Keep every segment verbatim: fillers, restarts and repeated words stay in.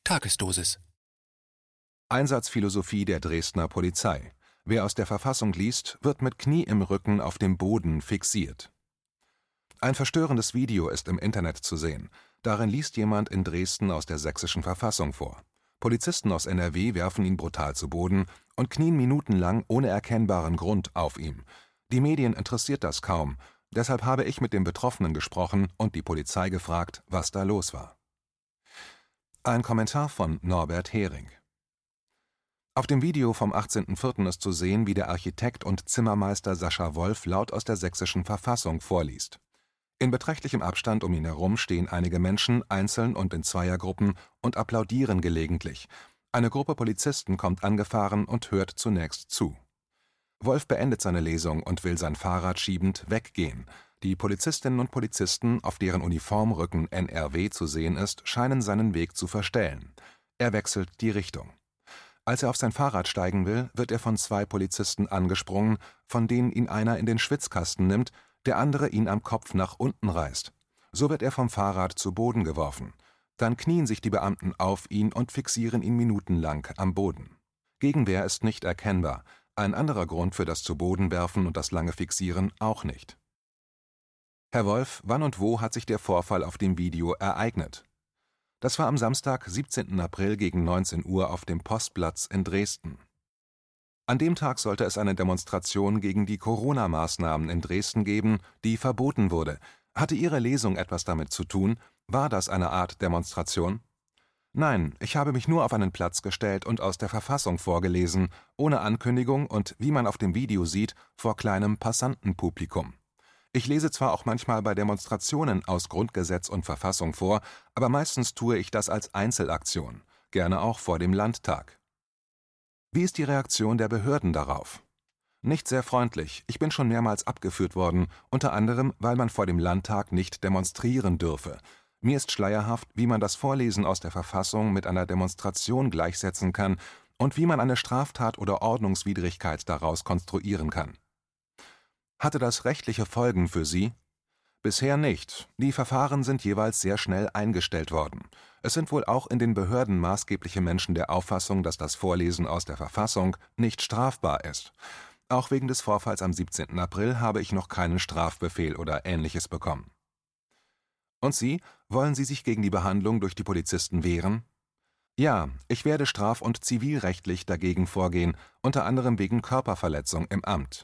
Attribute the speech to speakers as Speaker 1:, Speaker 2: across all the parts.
Speaker 1: Tagesdosis.
Speaker 2: Einsatzphilosophie der Dresdner Polizei. Wer aus der Verfassung liest, wird mit Knie im Rücken auf dem Boden fixiert. Ein verstörendes Video ist im Internet zu sehen. Darin liest jemand in Dresden aus der sächsischen Verfassung vor. Polizisten aus N R W werfen ihn brutal zu Boden und knien minutenlang ohne erkennbaren Grund auf ihm. Die Medien interessiert das kaum. Deshalb habe ich mit dem Betroffenen gesprochen und die Polizei gefragt, was da los war. Ein Kommentar von Norbert Hering. Auf dem Video vom achtzehnten vierten ist zu sehen, wie der Architekt und Zimmermeister Sascha Wolf laut aus der sächsischen Verfassung vorliest. In beträchtlichem Abstand um ihn herum stehen einige Menschen, einzeln und in Zweiergruppen, und applaudieren gelegentlich. Eine Gruppe Polizisten kommt angefahren und hört zunächst zu. Wolf beendet seine Lesung und will sein Fahrrad schiebend weggehen. Die Polizistinnen und Polizisten, auf deren Uniformrücken N R W zu sehen ist, scheinen seinen Weg zu verstellen. Er wechselt die Richtung. Als er auf sein Fahrrad steigen will, wird er von zwei Polizisten angesprungen, von denen ihn einer in den Schwitzkasten nimmt, der andere ihn am Kopf nach unten reißt. So wird er vom Fahrrad zu Boden geworfen. Dann knien sich die Beamten auf ihn und fixieren ihn minutenlang am Boden. Gegenwehr ist nicht erkennbar. Ein anderer Grund für das Zu-Boden-Werfen und das lange Fixieren auch nicht. Herr Wolf, wann und wo hat sich der Vorfall auf dem Video ereignet? Das war am Samstag, siebzehnten April gegen neunzehn Uhr auf dem Postplatz in Dresden. An dem Tag sollte es eine Demonstration gegen die Corona-Maßnahmen in Dresden geben, die verboten wurde. Hatte Ihre Lesung etwas damit zu tun? War das eine Art Demonstration? Nein, ich habe mich nur auf einen Platz gestellt und aus der Verfassung vorgelesen, ohne Ankündigung und, wie man auf dem Video sieht, vor kleinem Passantenpublikum. Ich lese zwar auch manchmal bei Demonstrationen aus Grundgesetz und Verfassung vor, aber meistens tue ich das als Einzelaktion, gerne auch vor dem Landtag. Wie ist die Reaktion der Behörden darauf? Nicht sehr freundlich. Ich bin schon mehrmals abgeführt worden, unter anderem, weil man vor dem Landtag nicht demonstrieren dürfe. Mir ist schleierhaft, wie man das Vorlesen aus der Verfassung mit einer Demonstration gleichsetzen kann und wie man eine Straftat oder Ordnungswidrigkeit daraus konstruieren kann. Hatte das rechtliche Folgen für Sie? Bisher nicht. Die Verfahren sind jeweils sehr schnell eingestellt worden. Es sind wohl auch in den Behörden maßgebliche Menschen der Auffassung, dass das Vorlesen aus der Verfassung nicht strafbar ist. Auch wegen des Vorfalls am siebzehnten April habe ich noch keinen Strafbefehl oder Ähnliches bekommen. Und Sie, wollen Sie sich gegen die Behandlung durch die Polizisten wehren? Ja, ich werde straf- und zivilrechtlich dagegen vorgehen, unter anderem wegen Körperverletzung im Amt.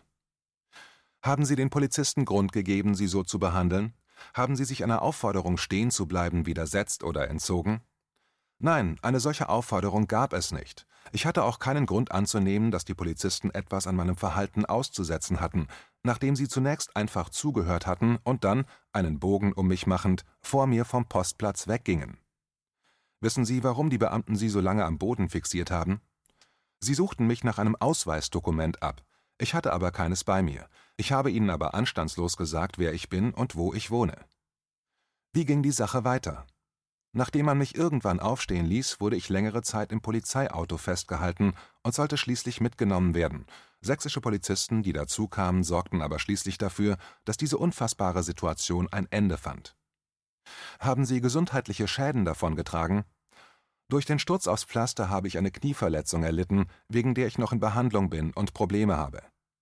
Speaker 2: Haben Sie den Polizisten Grund gegeben, Sie so zu behandeln? Haben Sie sich einer Aufforderung, stehen zu bleiben, widersetzt oder entzogen? Nein, eine solche Aufforderung gab es nicht. Ich hatte auch keinen Grund anzunehmen, dass die Polizisten etwas an meinem Verhalten auszusetzen hatten, nachdem sie zunächst einfach zugehört hatten und dann, einen Bogen um mich machend, vor mir vom Postplatz weggingen. Wissen Sie, warum die Beamten Sie so lange am Boden fixiert haben? Sie suchten mich nach einem Ausweisdokument ab. Ich hatte aber keines bei mir. Ich habe ihnen aber anstandslos gesagt, wer ich bin und wo ich wohne. Wie ging die Sache weiter? Nachdem man mich irgendwann aufstehen ließ, wurde ich längere Zeit im Polizeiauto festgehalten und sollte schließlich mitgenommen werden. Sächsische Polizisten, die dazu kamen, sorgten aber schließlich dafür, dass diese unfassbare Situation ein Ende fand. Haben Sie gesundheitliche Schäden davongetragen? Durch den Sturz aufs Pflaster habe ich eine Knieverletzung erlitten, wegen der ich noch in Behandlung bin und Probleme habe.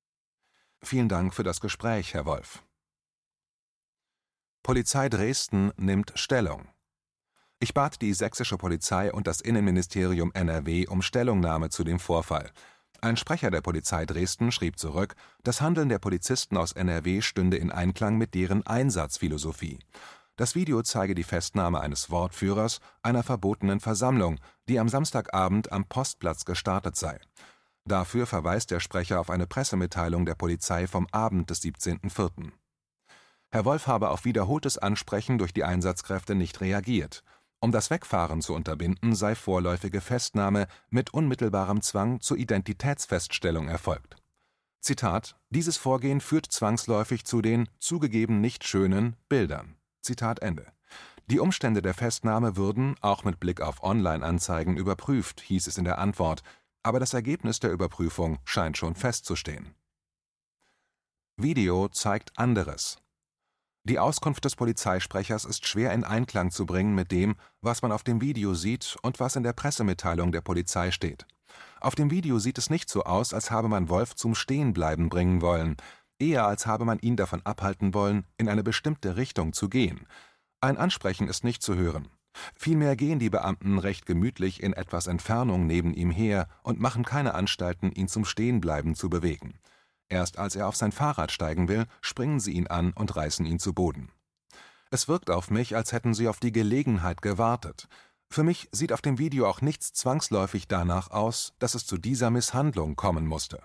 Speaker 2: Vielen Dank für das Gespräch, Herr Wolf. Polizei Dresden nimmt Stellung. Ich bat die sächsische Polizei und das Innenministerium N R W um Stellungnahme zu dem Vorfall. Ein Sprecher der Polizei Dresden schrieb zurück, das Handeln der Polizisten aus N R W stünde in Einklang mit deren Einsatzphilosophie. Das Video zeige die Festnahme eines Wortführers einer verbotenen Versammlung, die am Samstagabend am Postplatz gestartet sei. Dafür verweist der Sprecher auf eine Pressemitteilung der Polizei vom Abend des siebzehnten vierten Herr Wolf habe auf wiederholtes Ansprechen durch die Einsatzkräfte nicht reagiert. Um das Wegfahren zu unterbinden, sei vorläufige Festnahme mit unmittelbarem Zwang zur Identitätsfeststellung erfolgt. Zitat: Dieses Vorgehen führt zwangsläufig zu den zugegeben nicht schönen Bildern. Zitat Ende. Die Umstände der Festnahme würden, auch mit Blick auf Online-Anzeigen, überprüft, hieß es in der Antwort, aber das Ergebnis der Überprüfung scheint schon festzustehen. Video zeigt anderes. Die Auskunft des Polizeisprechers ist schwer in Einklang zu bringen mit dem, was man auf dem Video sieht und was in der Pressemitteilung der Polizei steht. Auf dem Video sieht es nicht so aus, als habe man Wolf zum Stehenbleiben bringen wollen, eher als habe man ihn davon abhalten wollen, in eine bestimmte Richtung zu gehen. Ein Ansprechen ist nicht zu hören. Vielmehr gehen die Beamten recht gemütlich in etwas Entfernung neben ihm her und machen keine Anstalten, ihn zum Stehenbleiben zu bewegen. Erst als er auf sein Fahrrad steigen will, springen sie ihn an und reißen ihn zu Boden. Es wirkt auf mich, als hätten sie auf die Gelegenheit gewartet. Für mich sieht auf dem Video auch nichts zwangsläufig danach aus, dass es zu dieser Misshandlung kommen musste.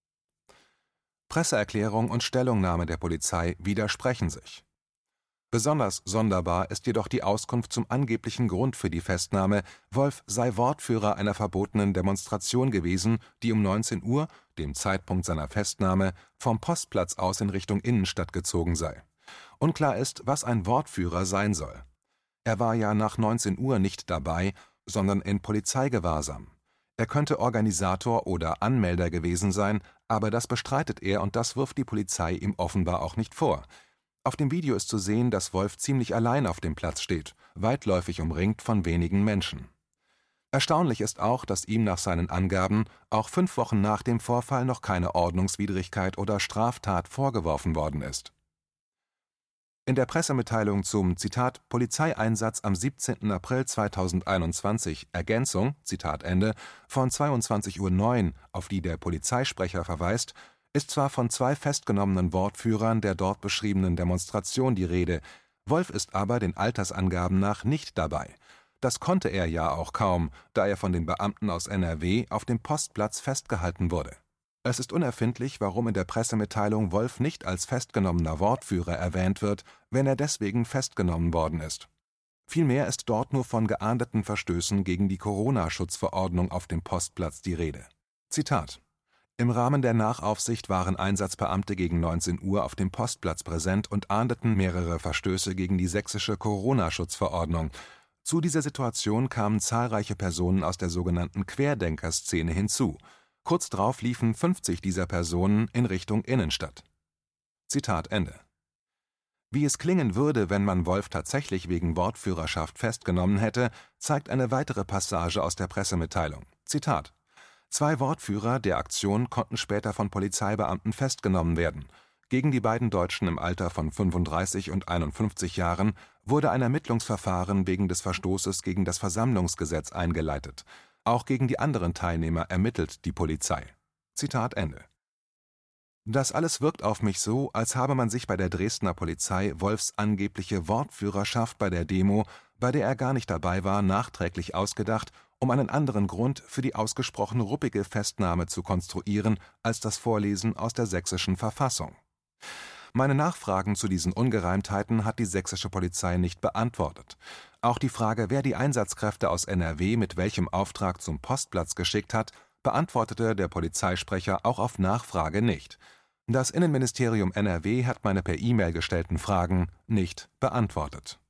Speaker 2: Presseerklärung und Stellungnahme der Polizei widersprechen sich. Besonders sonderbar ist jedoch die Auskunft zum angeblichen Grund für die Festnahme, Wolf sei Wortführer einer verbotenen Demonstration gewesen, die um neunzehn Uhr, dem Zeitpunkt seiner Festnahme, vom Postplatz aus in Richtung Innenstadt gezogen sei. Unklar ist, was ein Wortführer sein soll. Er war ja nach neunzehn Uhr nicht dabei, sondern in Polizeigewahrsam. Er könnte Organisator oder Anmelder gewesen sein, aber das bestreitet er und das wirft die Polizei ihm offenbar auch nicht vor. Auf dem Video ist zu sehen, dass Wolf ziemlich allein auf dem Platz steht, weitläufig umringt von wenigen Menschen. Erstaunlich ist auch, dass ihm nach seinen Angaben auch fünf Wochen nach dem Vorfall noch keine Ordnungswidrigkeit oder Straftat vorgeworfen worden ist. In der Pressemitteilung zum Zitat Polizeieinsatz am siebzehnten April zweitausendeinundzwanzig Ergänzung Zitat Ende von zweiundzwanzig Uhr neun, auf die der Polizeisprecher verweist, ist zwar von zwei festgenommenen Wortführern der dort beschriebenen Demonstration die Rede, Wolf ist aber den Altersangaben nach nicht dabei. Das konnte er ja auch kaum, da er von den Beamten aus N R W auf dem Postplatz festgehalten wurde. Es ist unerfindlich, warum in der Pressemitteilung Wolf nicht als festgenommener Wortführer erwähnt wird, wenn er deswegen festgenommen worden ist. Vielmehr ist dort nur von geahndeten Verstößen gegen die Corona-Schutzverordnung auf dem Postplatz die Rede. Zitat: Im Rahmen der Nachaufsicht waren Einsatzbeamte gegen neunzehn Uhr auf dem Postplatz präsent und ahndeten mehrere Verstöße gegen die sächsische Corona-Schutzverordnung. Zu dieser Situation kamen zahlreiche Personen aus der sogenannten Querdenker-Szene hinzu. Kurz darauf liefen fünfzig dieser Personen in Richtung Innenstadt. Zitat Ende. Wie es klingen würde, wenn man Wolf tatsächlich wegen Wortführerschaft festgenommen hätte, zeigt eine weitere Passage aus der Pressemitteilung. Zitat: Zwei Wortführer der Aktion konnten später von Polizeibeamten festgenommen werden. Gegen die beiden Deutschen im Alter von fünfunddreißig und einundfünfzig Jahren wurde ein Ermittlungsverfahren wegen des Verstoßes gegen das Versammlungsgesetz eingeleitet. Auch gegen die anderen Teilnehmer ermittelt die Polizei. Zitat Ende. Das alles wirkt auf mich so, als habe man sich bei der Dresdner Polizei Wolfs angebliche Wortführerschaft bei der Demo, bei der er gar nicht dabei war, nachträglich ausgedacht, um einen anderen Grund für die ausgesprochen ruppige Festnahme zu konstruieren als das Vorlesen aus der sächsischen Verfassung. Meine Nachfragen zu diesen Ungereimtheiten hat die sächsische Polizei nicht beantwortet. Auch die Frage, wer die Einsatzkräfte aus N R W mit welchem Auftrag zum Postplatz geschickt hat, beantwortete der Polizeisprecher auch auf Nachfrage nicht. Das Innenministerium N R W hat meine per E-Mail gestellten Fragen nicht beantwortet.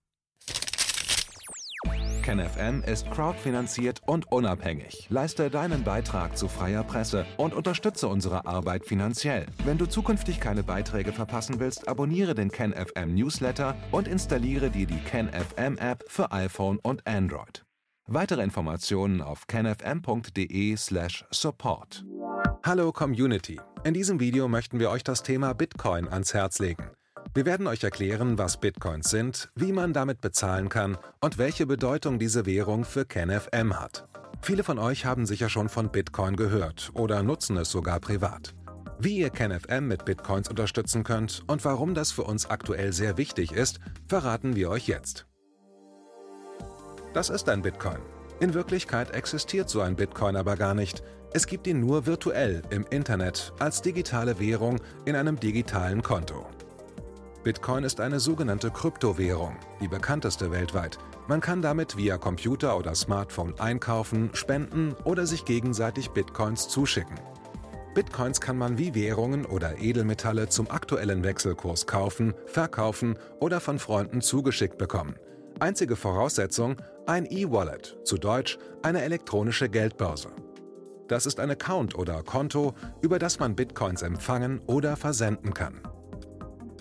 Speaker 2: KenFM ist crowdfinanziert und unabhängig. Leiste deinen Beitrag zu freier Presse und unterstütze unsere Arbeit finanziell. Wenn du zukünftig keine Beiträge verpassen willst, abonniere den KenFM Newsletter und installiere dir die KenFM App für iPhone und Android. Weitere Informationen auf kenfm punkt de slash support. Hallo Community! In diesem Video möchten wir euch das Thema Bitcoin ans Herz legen. Wir werden euch erklären, was Bitcoins sind, wie man damit bezahlen kann und welche Bedeutung diese Währung für KenFM hat. Viele von euch haben sicher schon von Bitcoin gehört oder nutzen es sogar privat. Wie ihr KenFM mit Bitcoins unterstützen könnt und warum das für uns aktuell sehr wichtig ist, verraten wir euch jetzt. Das ist ein Bitcoin. In Wirklichkeit existiert so ein Bitcoin aber gar nicht. Es gibt ihn nur virtuell im Internet als digitale Währung in einem digitalen Konto. Bitcoin ist eine sogenannte Kryptowährung, die bekannteste weltweit. Man kann damit via Computer oder Smartphone einkaufen, spenden oder sich gegenseitig Bitcoins zuschicken. Bitcoins kann man wie Währungen oder Edelmetalle zum aktuellen Wechselkurs kaufen, verkaufen oder von Freunden zugeschickt bekommen. Einzige Voraussetzung: ein E-Wallet, zu Deutsch eine elektronische Geldbörse. Das ist ein Account oder Konto, über das man Bitcoins empfangen oder versenden kann.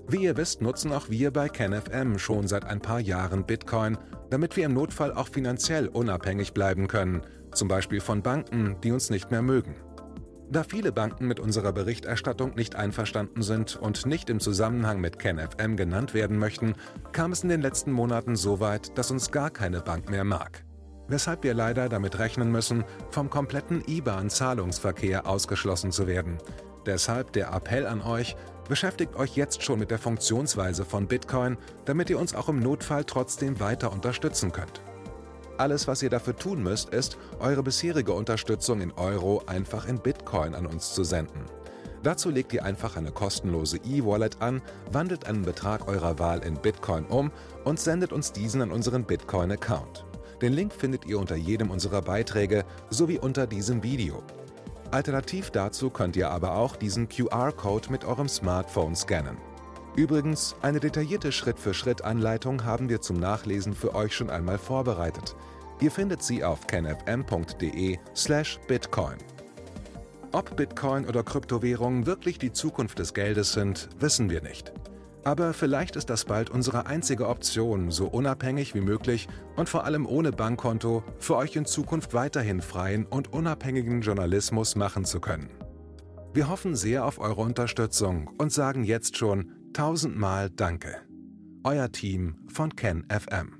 Speaker 2: Wie ihr wisst, nutzen auch wir bei KenFM schon seit ein paar Jahren Bitcoin, damit wir im Notfall auch finanziell unabhängig bleiben können, zum Beispiel von Banken, die uns nicht mehr mögen. Da viele Banken mit unserer Berichterstattung nicht einverstanden sind und nicht im Zusammenhang mit KenFM genannt werden möchten, kam es in den letzten Monaten so weit, dass uns gar keine Bank mehr mag. Weshalb wir leider damit rechnen müssen, vom kompletten I B A N-Zahlungsverkehr ausgeschlossen zu werden. Deshalb der Appell an euch: Beschäftigt euch jetzt schon mit der Funktionsweise von Bitcoin, damit ihr uns auch im Notfall trotzdem weiter unterstützen könnt. Alles, was ihr dafür tun müsst, ist, eure bisherige Unterstützung in Euro einfach in Bitcoin an uns zu senden. Dazu legt ihr einfach eine kostenlose E-Wallet an, wandelt einen Betrag eurer Wahl in Bitcoin um und sendet uns diesen an unseren Bitcoin-Account. Den Link findet ihr unter jedem unserer Beiträge sowie unter diesem Video. Alternativ dazu könnt ihr aber auch diesen Q R-Code mit eurem Smartphone scannen. Übrigens, eine detaillierte Schritt-für-Schritt-Anleitung haben wir zum Nachlesen für euch schon einmal vorbereitet. Ihr findet sie auf kenfm punkt de slash bitcoin. Ob Bitcoin oder Kryptowährungen wirklich die Zukunft des Geldes sind, wissen wir nicht. Aber vielleicht ist das bald unsere einzige Option, so unabhängig wie möglich und vor allem ohne Bankkonto für euch in Zukunft weiterhin freien und unabhängigen Journalismus machen zu können. Wir hoffen sehr auf eure Unterstützung und sagen jetzt schon tausendmal Danke. Euer Team von KenFM.